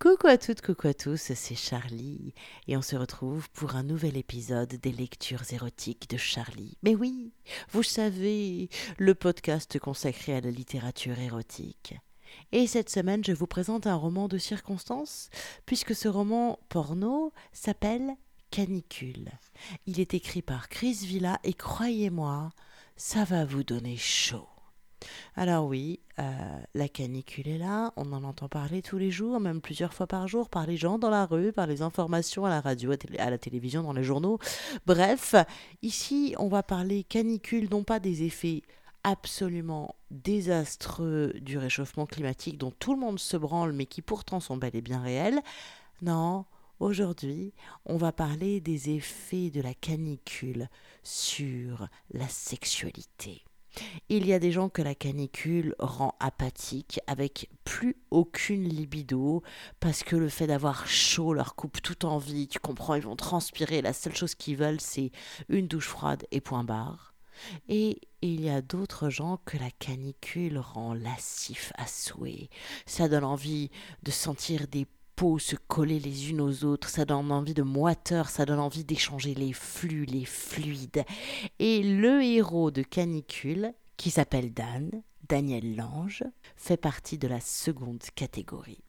Coucou à toutes, coucou à tous, c'est Charlie et on se retrouve pour un nouvel épisode des lectures érotiques de Charlie. Mais oui, vous savez, le podcast consacré à la littérature érotique. Et cette semaine, je vous présente un roman de circonstance, puisque ce roman porno s'appelle Canicule. Il est écrit par Chris Villa et croyez-moi, ça va vous donner chaud. Alors oui, la canicule est là, on en entend parler tous les jours, même plusieurs fois par jour, par les gens dans la rue, par les informations à la radio, à la télévision, dans les journaux. Bref, ici, on va parler canicule, non pas des effets absolument désastreux du réchauffement climatique dont tout le monde se branle, mais qui pourtant sont bel et bien réels. Non, aujourd'hui, on va parler des effets de la canicule sur la sexualité. Il y a des gens que la canicule rend apathiques, avec plus aucune libido, parce que le fait d'avoir chaud leur coupe toute envie, tu comprends, ils vont transpirer, la seule chose qu'ils veulent c'est une douche froide et point barre. Et il y a d'autres gens que la canicule rend lascifs à souhait. Ça donne envie de sentir des peaux se coller les unes aux autres, ça donne envie de moiteur, ça donne envie d'échanger les flux, les fluides. Et le héros de Canicule, qui s'appelle Daniel Lange, fait partie de la seconde catégorie.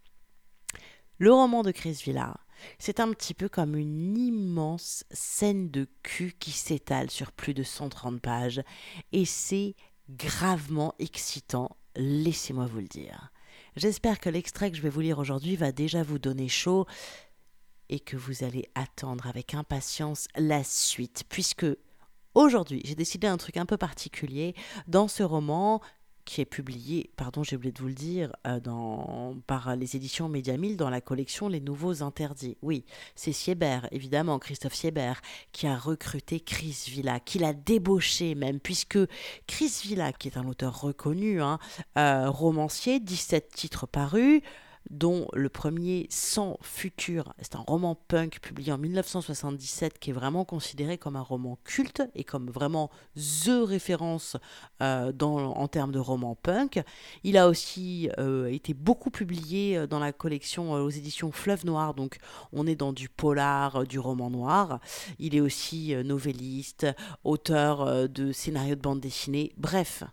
Le roman de Chris Villa, c'est un petit peu comme une immense scène de cul qui s'étale sur plus de 130 pages et c'est gravement excitant, laissez-moi vous le dire. J'espère que l'extrait que je vais vous lire aujourd'hui va déjà vous donner chaud et que vous allez attendre avec impatience la suite, puisque aujourd'hui, j'ai décidé un truc un peu particulier. Dans ce roman, qui est publié, pardon, j'ai oublié de vous le dire, par les éditions Média 1000 dans la collection Les Nouveaux Interdits. Oui, c'est Siebert, évidemment, Christophe Siebert, qui a recruté Chris Villa, qui l'a débauché même, puisque Chris Villa, qui est un auteur reconnu, romancier, 17 titres parus, dont le premier Sans futur, c'est un roman punk publié en 1977 qui est vraiment considéré comme un roman culte et comme vraiment the référence en termes de roman punk. Il a aussi été beaucoup publié dans la collection aux éditions Fleuve Noir, donc on est dans du polar, du roman noir. Il est aussi novelliste, auteur de scénarios de bande dessinée, bref.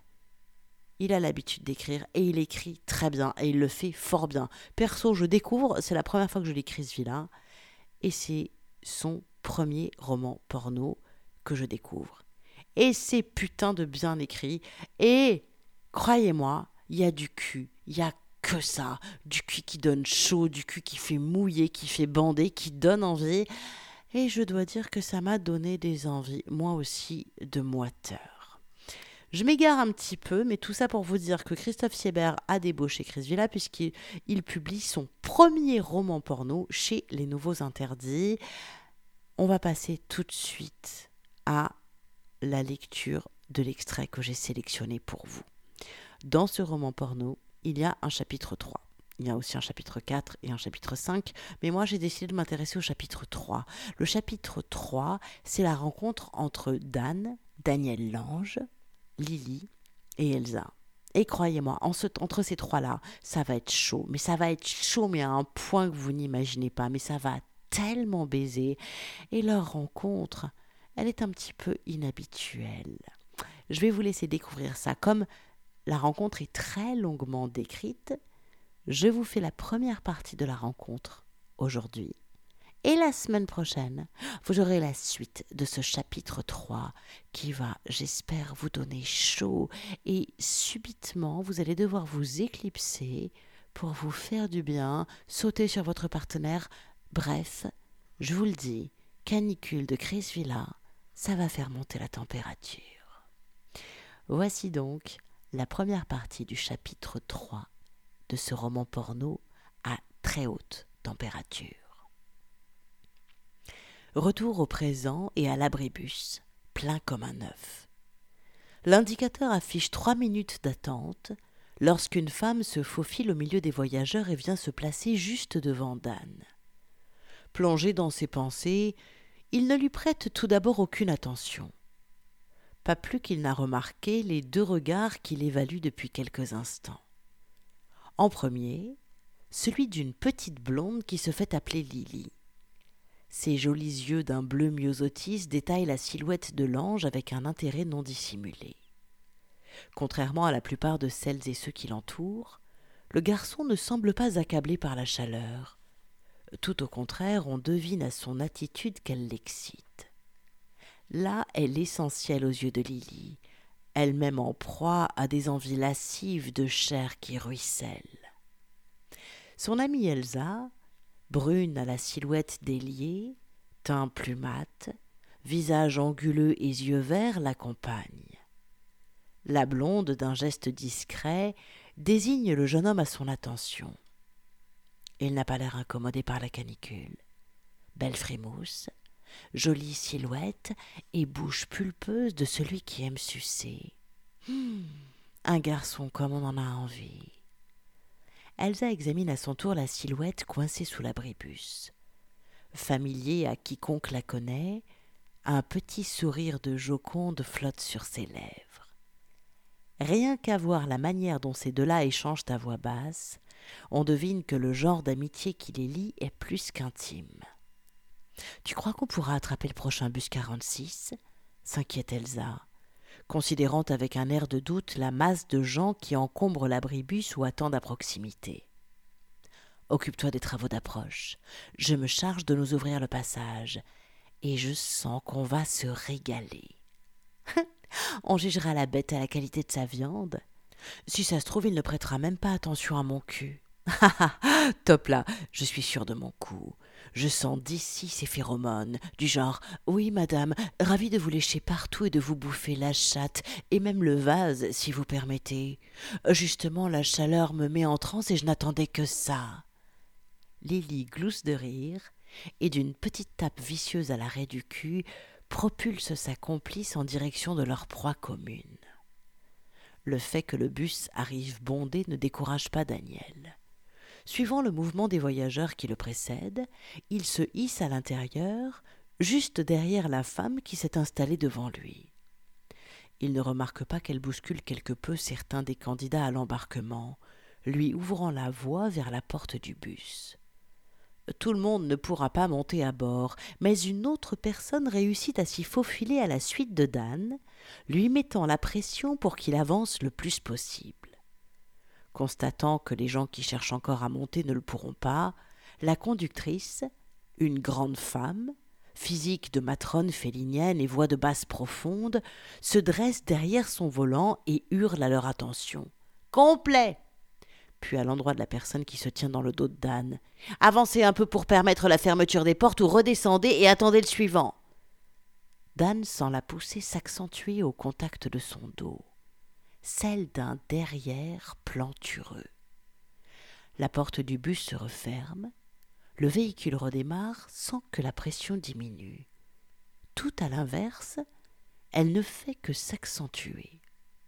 Il a l'habitude d'écrire et il écrit très bien et il le fait fort bien. Perso, je découvre, c'est la première fois que je lis Chris Villa et c'est son premier roman porno que je découvre. Et c'est putain de bien écrit et croyez-moi, il y a du cul, il y a que ça, du cul qui donne chaud, du cul qui fait mouiller, qui fait bander, qui donne envie. Et je dois dire que ça m'a donné des envies, moi aussi, de moiteur. Je m'égare un petit peu, mais tout ça pour vous dire que Christophe Siebert a débauché Chris Villa puisqu'il publie son premier roman porno chez Les Nouveaux Interdits. On va passer tout de suite à la lecture de l'extrait que j'ai sélectionné pour vous. Dans ce roman porno, il y a un chapitre 3. Il y a aussi un chapitre 4 et un chapitre 5, mais moi j'ai décidé de m'intéresser au chapitre 3. Le chapitre 3, c'est la rencontre entre Daniel Lange, Lily et Elsa. Et croyez-moi, entre ces trois-là, ça va être chaud. Mais ça va être chaud, mais à un point que vous n'imaginez pas. Mais ça va tellement baiser. Et leur rencontre, elle est un petit peu inhabituelle. Je vais vous laisser découvrir ça. Comme la rencontre est très longuement décrite, je vous fais la première partie de la rencontre aujourd'hui. Et la semaine prochaine, vous aurez la suite de ce chapitre 3 qui va, j'espère, vous donner chaud et subitement, vous allez devoir vous éclipser pour vous faire du bien, sauter sur votre partenaire. Bref, je vous le dis, Canicule de Chris Villa, ça va faire monter la température. Voici donc la première partie du chapitre 3 de ce roman porno à très haute température. Retour au présent et à l'abribus, plein comme un œuf. L'indicateur affiche 3 minutes d'attente lorsqu'une femme se faufile au milieu des voyageurs et vient se placer juste devant Dan. Plongé dans ses pensées, il ne lui prête tout d'abord aucune attention. Pas plus qu'il n'a remarqué les 2 regards qu'il évalue depuis quelques instants. En premier, celui d'une petite blonde qui se fait appeler Lily. Ses jolis yeux d'un bleu myosotis détaillent la silhouette de l'ange avec un intérêt non dissimulé. Contrairement à la plupart de celles et ceux qui l'entourent, le garçon ne semble pas accablé par la chaleur. Tout au contraire, on devine à son attitude qu'elle l'excite. Là est l'essentiel aux yeux de Lily, elle-même en proie à des envies lascives de chair qui ruisselle. Son amie Elsa, brune à la silhouette déliée, teint plus mat, visage anguleux et yeux verts l'accompagne. La blonde, d'un geste discret, désigne le jeune homme à son attention. Il n'a pas l'air incommodé par la canicule. Belle frimousse, jolie silhouette et bouche pulpeuse de celui qui aime sucer. Un garçon comme on en a envie. Elsa examine à son tour la silhouette coincée sous l'abribus. Familier à quiconque la connaît, un petit sourire de Joconde flotte sur ses lèvres. Rien qu'à voir la manière dont ces deux-là échangent à voix basse, on devine que le genre d'amitié qui les lie est plus qu'intime. « Tu crois qu'on pourra attraper le prochain bus 46 ?» s'inquiète Elsa, considérant avec un air de doute la masse de gens qui encombrent l'abribus ou attendent à proximité. « Occupe-toi des travaux d'approche. Je me charge de nous ouvrir le passage. Et je sens qu'on va se régaler. On jugera la bête à la qualité de sa viande. Si ça se trouve, il ne prêtera même pas attention à mon cul. Top là, je suis sûre de mon coup. Je sens d'ici ces phéromones, du genre « Oui, madame, ravi de vous lécher partout et de vous bouffer la chatte, et même le vase, si vous permettez. Justement, la chaleur me met en transe et je n'attendais que ça. » Lily glousse de rire, et d'une petite tape vicieuse à l'arrêt du cul, propulse sa complice en direction de leur proie commune. Le fait que le bus arrive bondé ne décourage pas Daniel. Suivant le mouvement des voyageurs qui le précèdent, il se hisse à l'intérieur, juste derrière la femme qui s'est installée devant lui. Il ne remarque pas qu'elle bouscule quelque peu certains des candidats à l'embarquement, lui ouvrant la voie vers la porte du bus. Tout le monde ne pourra pas monter à bord, mais une autre personne réussit à s'y faufiler à la suite de Dan, lui mettant la pression pour qu'il avance le plus possible. Constatant que les gens qui cherchent encore à monter ne le pourront pas, la conductrice, une grande femme, physique de matrone félinienne et voix de basse profonde, se dresse derrière son volant et hurle à leur attention. « Complet !» Puis à l'endroit de la personne qui se tient dans le dos de Dan. « Avancez un peu pour permettre la fermeture des portes ou redescendez et attendez le suivant. » Dan sent la poussée s'accentuer au contact de son dos, celle d'un derrière plantureux. La porte du bus se referme, le véhicule redémarre sans que la pression diminue. Tout à l'inverse, elle ne fait que s'accentuer.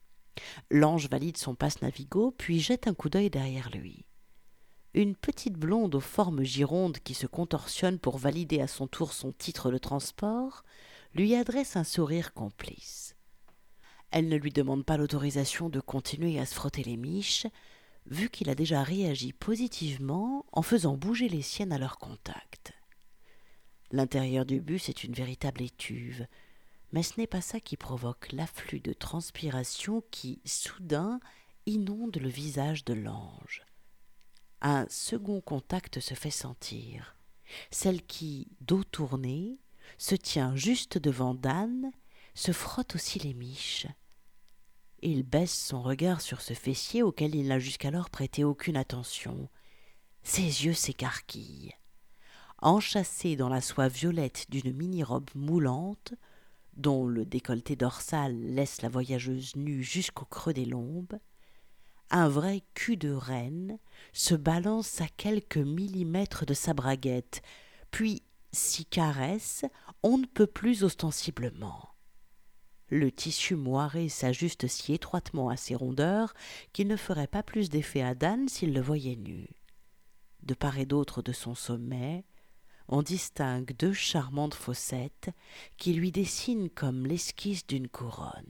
L'ange valide son passe Navigo, puis jette un coup d'œil derrière lui. Une petite blonde aux formes girondes qui se contorsionne pour valider à son tour son titre de transport lui adresse un sourire complice. Elle ne lui demande pas l'autorisation de continuer à se frotter les miches, vu qu'il a déjà réagi positivement en faisant bouger les siennes à leur contact. L'intérieur du bus est une véritable étuve, mais ce n'est pas ça qui provoque l'afflux de transpiration qui, soudain, inonde le visage de l'ange. Un second contact se fait sentir. Celle qui, dos tourné, se tient juste devant Dan, se frotte aussi les miches. Il baisse son regard sur ce fessier auquel il n'a jusqu'alors prêté aucune attention. Ses yeux s'écarquillent. Enchâssé dans la soie violette d'une mini-robe moulante, dont le décolleté dorsal laisse la voyageuse nue jusqu'au creux des lombes, un vrai cul de reine se balance à quelques millimètres de sa braguette, puis s'y caresse, on ne peut plus ostensiblement. Le tissu moiré s'ajuste si étroitement à ses rondeurs qu'il ne ferait pas plus d'effet à Dan s'il le voyait nu. De part et d'autre de son sommet, on distingue deux charmantes fossettes qui lui dessinent comme l'esquisse d'une couronne.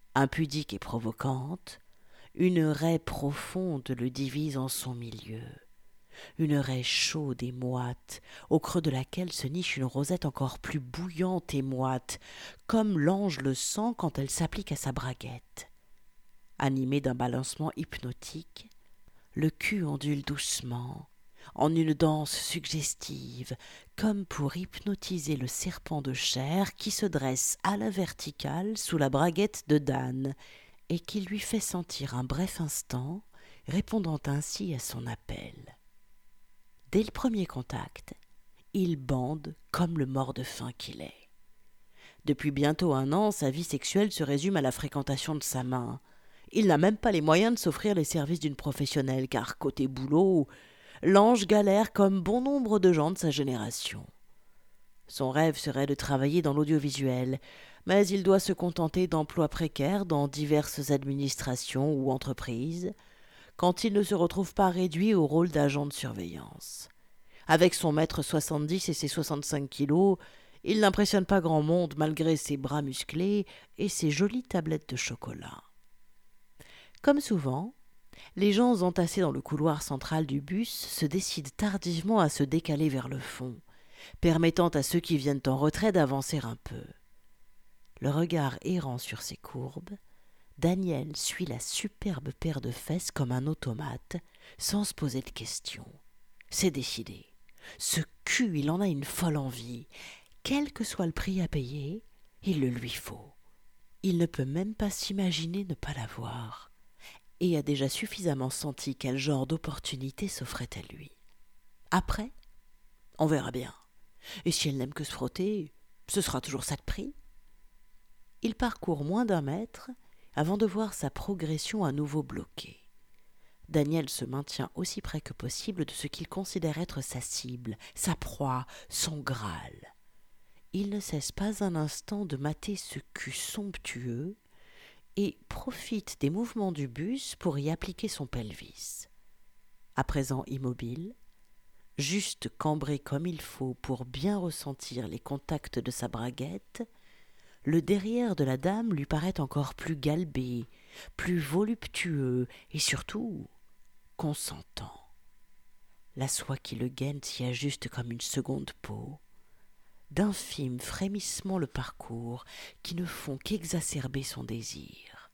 Impudique et provocante, une raie profonde le divise en son milieu. une raie chaude et moite, au creux de laquelle se niche une rosette encore plus bouillante et moite, comme l'ange le sang quand elle s'applique à sa braguette. Animé d'un balancement hypnotique, le cul ondule doucement, en une danse suggestive, comme pour hypnotiser le serpent de chair qui se dresse à la verticale sous la braguette de Dan et qui lui fait sentir un bref instant, répondant ainsi à son appel. Dès le premier contact, il bande comme le mort de faim qu'il est. Depuis bientôt 1 an, sa vie sexuelle se résume à la fréquentation de sa main. Il n'a même pas les moyens de s'offrir les services d'une professionnelle, car côté boulot, l'ange galère comme bon nombre de gens de sa génération. Son rêve serait de travailler dans l'audiovisuel, mais il doit se contenter d'emplois précaires dans diverses administrations ou entreprises, quand il ne se retrouve pas réduit au rôle d'agent de surveillance. Avec son mètre 70 et ses 65 kilos, il n'impressionne pas grand monde malgré ses bras musclés et ses jolies tablettes de chocolat. Comme souvent, les gens entassés dans le couloir central du bus se décident tardivement à se décaler vers le fond, permettant à ceux qui viennent en retrait d'avancer un peu. Le regard errant sur ses courbes, Daniel suit la superbe paire de fesses comme un automate, sans se poser de questions. C'est décidé. Ce cul, il en a une folle envie. Quel que soit le prix à payer, il le lui faut. Il ne peut même pas s'imaginer ne pas l'avoir, et a déjà suffisamment senti quel genre d'opportunité s'offrait à lui. Après, on verra bien. Et si elle n'aime que se frotter, ce sera toujours ça de prix. Il parcourt moins d'1 mètre avant de voir sa progression à nouveau bloquée. Daniel se maintient aussi près que possible de ce qu'il considère être sa cible, sa proie, son Graal. Il ne cesse pas un instant de mater ce cul somptueux et profite des mouvements du bus pour y appliquer son pelvis. À présent immobile, juste cambré comme il faut pour bien ressentir les contacts de sa braguette, le derrière de la dame lui paraît encore plus galbé, plus voluptueux et surtout consentant. La soie qui le gaine s'y ajuste comme une seconde peau. D'infimes frémissements le parcourent qui ne font qu'exacerber son désir.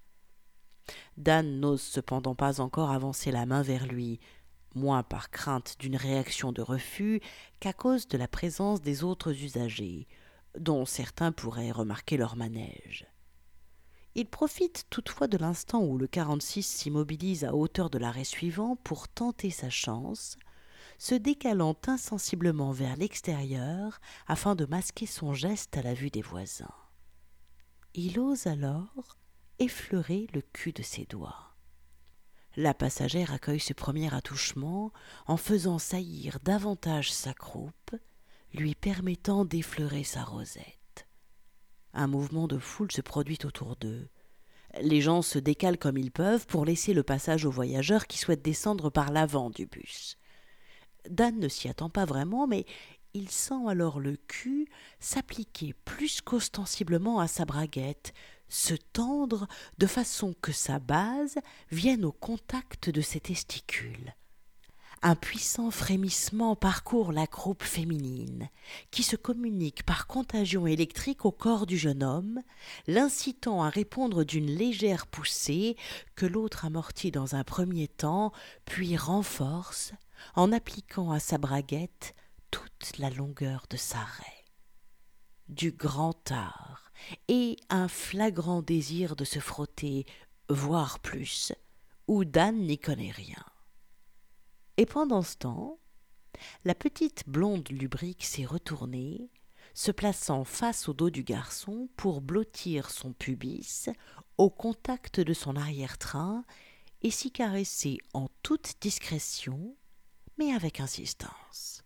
Dan n'ose cependant pas encore avancer la main vers lui, moins par crainte d'une réaction de refus qu'à cause de la présence des autres usagers, dont certains pourraient remarquer leur manège. Il profite toutefois de l'instant où le 46 s'immobilise à hauteur de l'arrêt suivant pour tenter sa chance, se décalant insensiblement vers l'extérieur afin de masquer son geste à la vue des voisins. Il ose alors effleurer le cul de ses doigts. La passagère accueille ce premier attouchement en faisant saillir davantage sa croupe, lui permettant d'effleurer sa rosette. Un mouvement de foule se produit autour d'eux. Les gens se décalent comme ils peuvent pour laisser le passage aux voyageurs qui souhaitent descendre par l'avant du bus. Dan ne s'y attend pas vraiment, mais il sent alors le cul s'appliquer plus qu'ostensiblement à sa braguette, se tendre de façon que sa base vienne au contact de ses testicules. Un puissant frémissement parcourt la croupe féminine, qui se communique par contagion électrique au corps du jeune homme, l'incitant à répondre d'une légère poussée que l'autre amortit dans un premier temps, puis renforce en appliquant à sa braguette toute la longueur de sa raie. Du grand art et un flagrant désir de se frotter, voire plus, où Dan n'y connaît rien. Et pendant ce temps, la petite blonde lubrique s'est retournée, se plaçant face au dos du garçon pour blottir son pubis au contact de son arrière-train et s'y caresser en toute discrétion, mais avec insistance.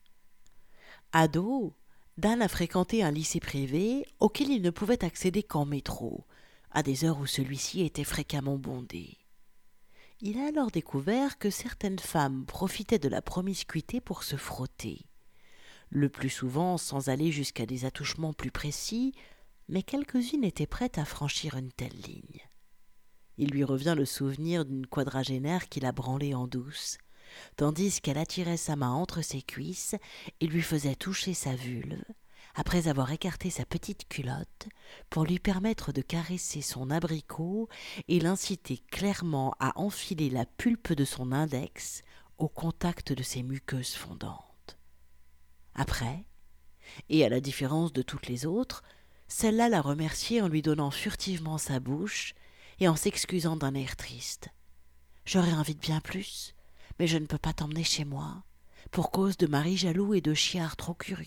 Ado, Dan a fréquenté un lycée privé auquel il ne pouvait accéder qu'en métro, à des heures où celui-ci était fréquemment bondé. Il a alors découvert que certaines femmes profitaient de la promiscuité pour se frotter, le plus souvent sans aller jusqu'à des attouchements plus précis, mais quelques-unes étaient prêtes à franchir une telle ligne. Il lui revient le souvenir d'une quadragénaire qui l'a branlée en douce, tandis qu'elle attirait sa main entre ses cuisses et lui faisait toucher sa vulve, après avoir écarté sa petite culotte pour lui permettre de caresser son abricot et l'inciter clairement à enfiler la pulpe de son index au contact de ses muqueuses fondantes. Après, et à la différence de toutes les autres, celle-là la remerciait en lui donnant furtivement sa bouche et en s'excusant d'un air triste. « J'aurais envie de bien plus, mais je ne peux pas t'emmener chez moi, pour cause de mari jaloux et de chiards trop curieux. »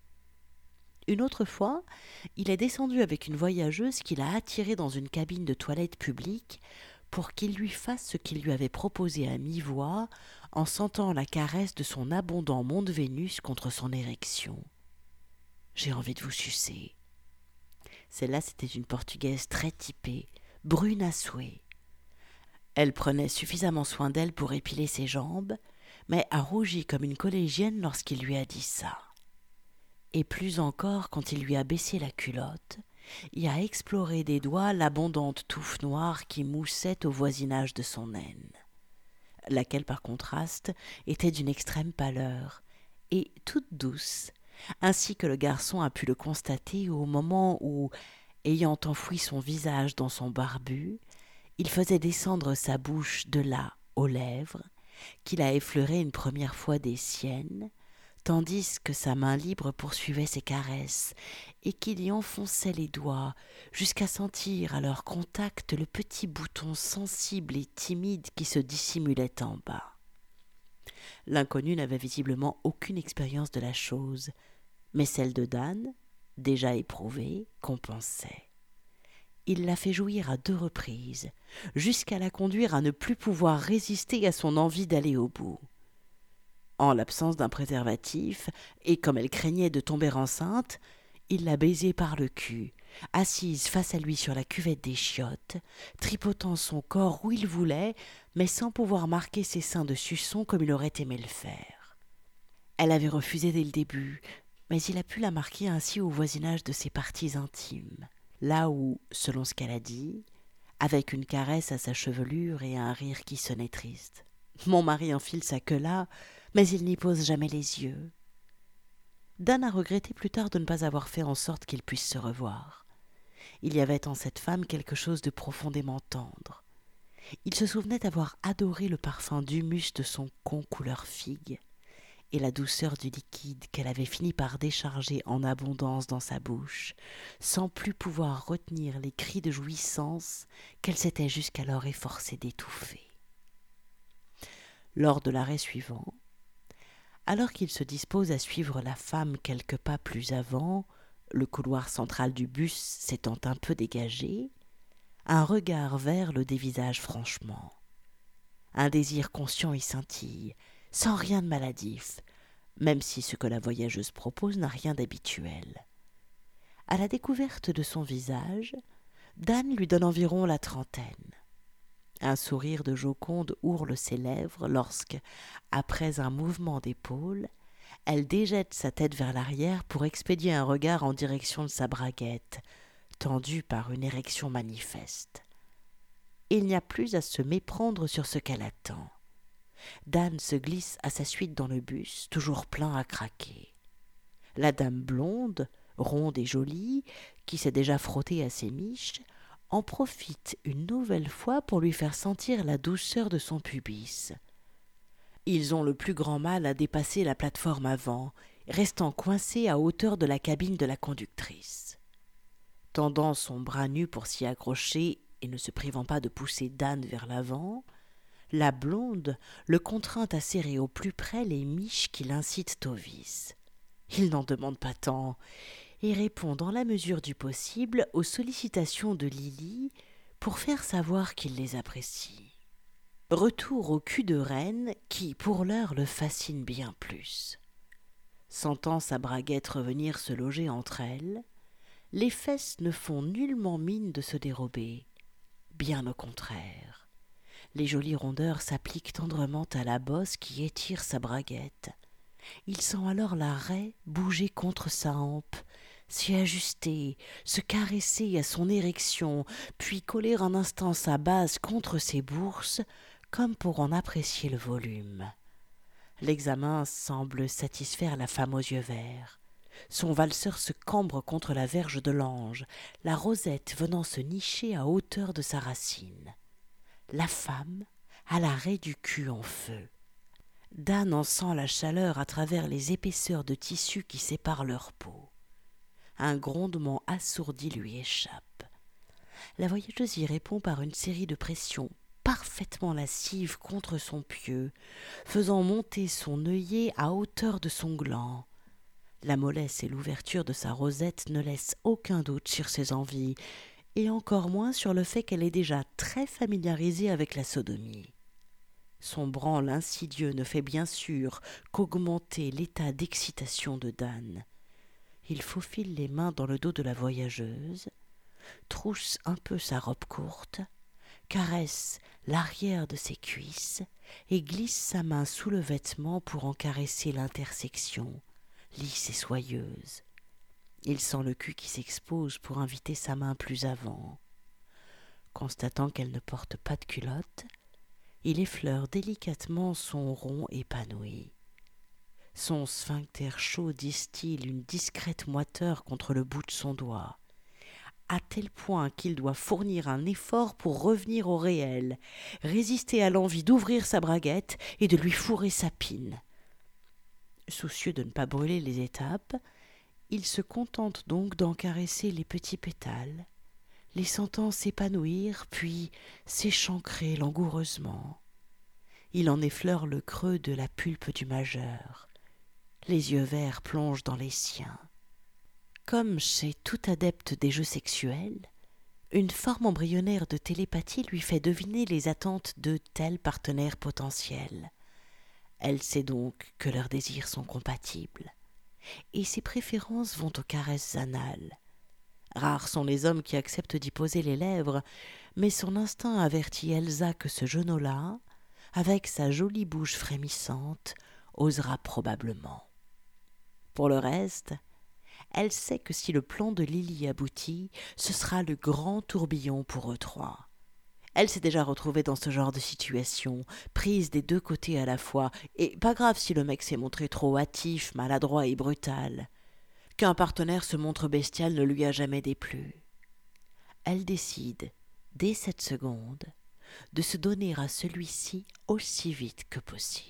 Une autre fois, il est descendu avec une voyageuse qu'il a attirée dans une cabine de toilette publique pour qu'il lui fasse ce qu'il lui avait proposé à mi-voix en sentant la caresse de son abondant mont de Vénus contre son érection. « J'ai envie de vous sucer. » Celle-là, c'était une Portugaise très typée, brune à souhait. Elle prenait suffisamment soin d'elle pour épiler ses jambes, mais a rougi comme une collégienne lorsqu'il lui a dit ça. Et plus encore quand il lui a baissé la culotte et a exploré des doigts l'abondante touffe noire qui moussait au voisinage de son aine, laquelle par contraste était d'une extrême pâleur et toute douce, ainsi que le garçon a pu le constater au moment où, ayant enfoui son visage dans son barbu, il faisait descendre sa bouche de là aux lèvres, qu'il a effleuré une première fois des siennes, tandis que sa main libre poursuivait ses caresses et qu'il y enfonçait les doigts jusqu'à sentir à leur contact le petit bouton sensible et timide qui se dissimulait en bas. L'inconnu n'avait visiblement aucune expérience de la chose, mais celle de Dan, déjà éprouvée, compensait. Il l'a fait jouir à 2 reprises, jusqu'à la conduire à ne plus pouvoir résister à son envie d'aller au bout. En l'absence d'un préservatif, et comme elle craignait de tomber enceinte, il l'a baisée par le cul, assise face à lui sur la cuvette des chiottes, tripotant son corps où il voulait, mais sans pouvoir marquer ses seins de suçon comme il aurait aimé le faire. Elle avait refusé dès le début, mais il a pu la marquer ainsi au voisinage de ses parties intimes, là où, selon ce qu'elle a dit, avec une caresse à sa chevelure et un rire qui sonnait triste. Mon mari enfile sa queue là, mais il n'y pose jamais les yeux. Dan a regretté plus tard de ne pas avoir fait en sorte qu'ils puissent se revoir. Il y avait en cette femme quelque chose de profondément tendre. Il se souvenait avoir adoré le parfum d'humus de son con couleur figue et la douceur du liquide qu'elle avait fini par décharger en abondance dans sa bouche, sans plus pouvoir retenir les cris de jouissance qu'elle s'était jusqu'alors efforcée d'étouffer. Lors de l'arrêt suivant, alors qu'il se dispose à suivre la femme quelques pas plus avant, le couloir central du bus s'étant un peu dégagé, un regard vert le dévisage franchement. Un désir conscient y scintille, sans rien de maladif, même si ce que la voyageuse propose n'a rien d'habituel. À la découverte de son visage, Dan lui donne environ la trentaine. Un sourire de Joconde ourle ses lèvres lorsque, après un mouvement d'épaule, elle déjette sa tête vers l'arrière pour expédier un regard en direction de sa braguette, tendue par une érection manifeste. Il n'y a plus à se méprendre sur ce qu'elle attend. Dan se glisse à sa suite dans le bus, toujours plein à craquer. La dame blonde, ronde et jolie, qui s'est déjà frottée à ses miches, en profite une nouvelle fois pour lui faire sentir la douceur de son pubis. Ils ont le plus grand mal à dépasser la plateforme avant, restant coincés à hauteur de la cabine de la conductrice. Tendant son bras nu pour s'y accrocher et ne se privant pas de pousser Dan vers l'avant, la blonde le contraint à serrer au plus près les miches qui l'incitent au vice. Il n'en demande pas tant et répond dans la mesure du possible aux sollicitations de Lily pour faire savoir qu'il les apprécie. Retour au cul de reine qui, pour l'heure, le fascine bien plus. Sentant sa braguette revenir se loger entre elles, les fesses ne font nullement mine de se dérober. Bien au contraire. Les jolies rondeurs s'appliquent tendrement à la bosse qui étire sa braguette. Il sent alors la raie bouger contre sa hampe, s'y ajuster, se caresser à son érection, puis coller un instant sa base contre ses bourses, comme pour en apprécier le volume. L'examen semble satisfaire la femme aux yeux verts. Son valseur se cambre contre la verge de l'ange, la rosette venant se nicher à hauteur de sa racine. La femme a l'arrêt du cul en feu. Dan en sent la chaleur à travers les épaisseurs de tissu qui séparent leur peau. Un grondement assourdi lui échappe. La voyageuse y répond par une série de pressions parfaitement lascives contre son pieu, faisant monter son œillet à hauteur de son gland. La mollesse et l'ouverture de sa rosette ne laissent aucun doute sur ses envies, et encore moins sur le fait qu'elle est déjà très familiarisée avec la sodomie. Son branle insidieux ne fait bien sûr qu'augmenter l'état d'excitation de Dan. Il faufile les mains dans le dos de la voyageuse, trousse un peu sa robe courte, caresse l'arrière de ses cuisses et glisse sa main sous le vêtement pour en caresser l'intersection, lisse et soyeuse. Il sent le cul qui s'expose pour inviter sa main plus avant. Constatant qu'elle ne porte pas de culotte, il effleure délicatement son rond épanoui. Son sphincter chaud distille une discrète moiteur contre le bout de son doigt, à tel point qu'il doit fournir un effort pour revenir au réel, résister à l'envie d'ouvrir sa braguette et de lui fourrer sa pine. Soucieux de ne pas brûler les étapes, il se contente donc d'en caresser les petits pétales, les sentant s'épanouir puis s'échancrer langoureusement. Il en effleure le creux de la pulpe du majeur. Les yeux verts plongent dans les siens. Comme chez tout adepte des jeux sexuels, une forme embryonnaire de télépathie lui fait deviner les attentes de tels partenaires potentiels. Elle sait donc que leurs désirs sont compatibles, et ses préférences vont aux caresses anales. Rares sont les hommes qui acceptent d'y poser les lèvres, mais son instinct avertit Elsa que ce genou-là, avec sa jolie bouche frémissante, osera probablement. Pour le reste, elle sait que si le plan de Lily aboutit, ce sera le grand tourbillon pour eux trois. Elle s'est déjà retrouvée dans ce genre de situation, prise des deux côtés à la fois, et pas grave si le mec s'est montré trop hâtif, maladroit et brutal. Qu'un partenaire se montre bestial ne lui a jamais déplu. Elle décide, dès cette seconde, de se donner à celui-ci aussi vite que possible.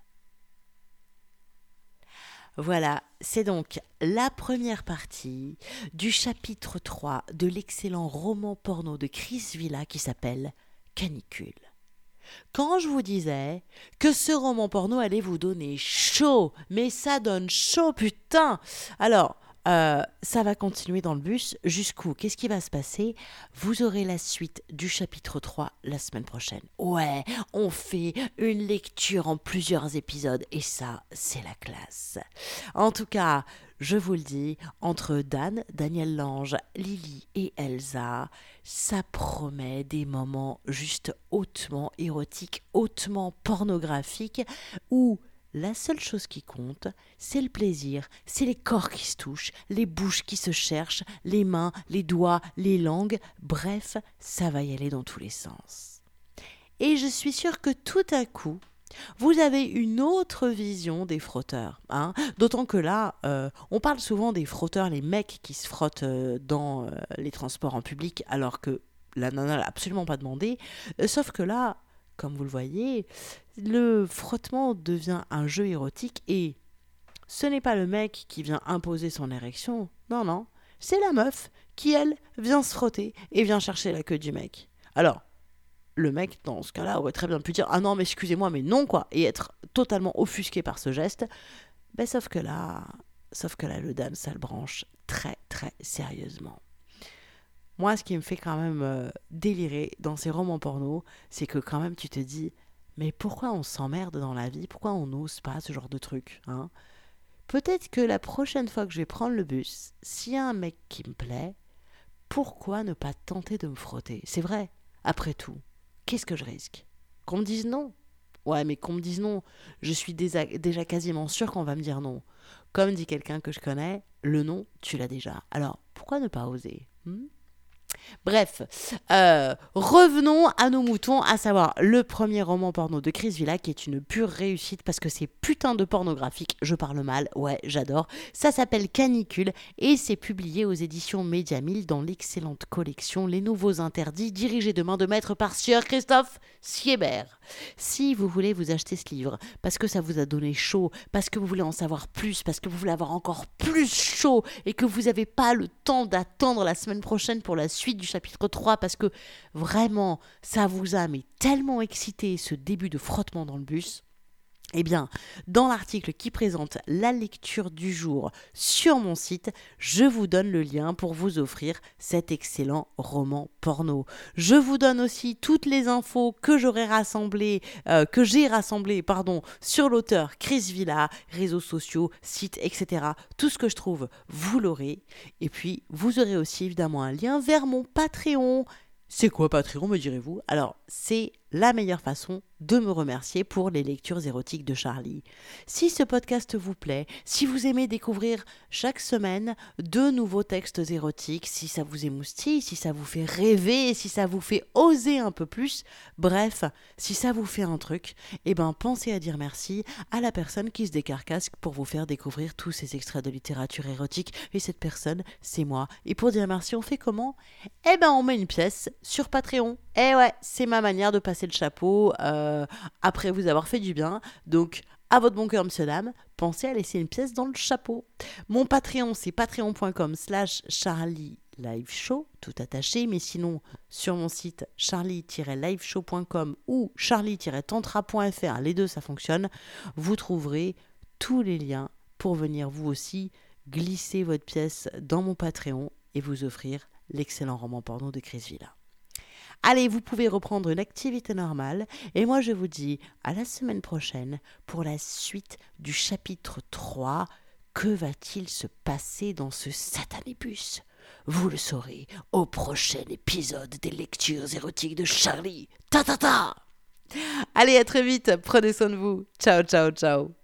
Voilà, c'est donc la première partie du chapitre 3 de l'excellent roman porno de Chris Villa qui s'appelle Canicule. Quand je vous disais que ce roman porno allait vous donner chaud, mais ça donne chaud, putain! Alors, ça va continuer dans le bus. Jusqu'où? Qu'est-ce qui va se passer? Vous aurez la suite du chapitre 3 la semaine prochaine. Ouais, on fait une lecture en plusieurs épisodes et ça, c'est la classe. En tout cas, je vous le dis, entre Dan, Daniel Lange, Lily et Elsa, ça promet des moments juste hautement érotiques, hautement pornographiques, où la seule chose qui compte, c'est le plaisir, c'est les corps qui se touchent, les bouches qui se cherchent, les mains, les doigts, les langues, bref, ça va y aller dans tous les sens. Et je suis sûre que tout à coup, vous avez une autre vision des frotteurs, hein. D'autant que là, on parle souvent des frotteurs, les mecs qui se frottent dans les transports en public, alors que la nana n'a absolument pas demandé, sauf que là, comme vous le voyez, le frottement devient un jeu érotique et ce n'est pas le mec qui vient imposer son érection, non, c'est la meuf qui, elle, vient se frotter et vient chercher la queue du mec. Alors, le mec, dans ce cas-là, aurait très bien pu dire « Ah non, mais excusez-moi, mais non, quoi !» et être totalement offusqué par ce geste. Ben, sauf que là, le Dan, ça le branche très, très sérieusement. Moi, ce qui me fait quand même délirer dans ces romans porno, c'est que quand même tu te dis « Mais pourquoi on s'emmerde dans la vie? Pourquoi on n'ose pas ce genre de truc, hein ?» Peut-être que la prochaine fois que je vais prendre le bus, s'il y a un mec qui me plaît, pourquoi ne pas tenter de me frotter? C'est vrai, après tout, qu'est-ce que je risque? Qu'on me dise non? Ouais, mais qu'on me dise non, je suis déjà quasiment sûre qu'on va me dire non. Comme dit quelqu'un que je connais, le non, tu l'as déjà. Alors, pourquoi ne pas oser? Bref, revenons à nos moutons, à savoir le premier roman porno de Chris Villa, qui est une pure réussite parce que c'est putain de pornographique, je parle mal, ouais, j'adore. Ça s'appelle Canicule et c'est publié aux éditions Média 1000 dans l'excellente collection Les Nouveaux Interdits, dirigée de main de maître par Sieur Christophe Siebert. Si vous voulez vous acheter ce livre, parce que ça vous a donné chaud, parce que vous voulez en savoir plus, parce que vous voulez avoir encore plus chaud et que vous n'avez pas le temps d'attendre la semaine prochaine pour la suite du chapitre 3, parce que vraiment, ça vous a mais tellement excité ce début de frottement dans le bus. Eh bien, dans l'article qui présente la lecture du jour sur mon site, je vous donne le lien pour vous offrir cet excellent roman porno. Je vous donne aussi toutes les infos que j'ai rassemblées, sur l'auteur Chris Villa, réseaux sociaux, sites, etc. Tout ce que je trouve, vous l'aurez. Et puis, vous aurez aussi évidemment un lien vers mon Patreon. C'est quoi Patreon, me direz-vous ? Alors, c'est la meilleure façon de me remercier pour les lectures érotiques de Charlie. Si ce podcast vous plaît, si vous aimez découvrir chaque semaine de nouveaux textes érotiques, si ça vous émoustille, si ça vous fait rêver, si ça vous fait oser un peu plus, bref, si ça vous fait un truc, eh ben pensez à dire merci à la personne qui se décarcasse pour vous faire découvrir tous ces extraits de littérature érotique. Et cette personne, c'est moi. Et pour dire merci, on fait comment ? Eh ben on met une pièce sur Patreon. Eh ouais, c'est ma manière de passer le chapeau après vous avoir fait du bien. Donc, à votre bon cœur, monsieur, dame, pensez à laisser une pièce dans le chapeau. Mon Patreon, c'est patreon.com/charlieliveshow, tout attaché, mais sinon, sur mon site charlie-liveshow.com ou charlie-tantra.fr, les deux, ça fonctionne, vous trouverez tous les liens pour venir vous aussi glisser votre pièce dans mon Patreon et vous offrir l'excellent roman porno de Chris Villa. Allez, vous pouvez reprendre une activité normale et moi je vous dis à la semaine prochaine pour la suite du chapitre 3. Que va-t-il se passer dans ce satanébus ? Vous le saurez au prochain épisode des lectures érotiques de Charlie. Ta ta ta ! Allez, à très vite, prenez soin de vous. Ciao, ciao, ciao.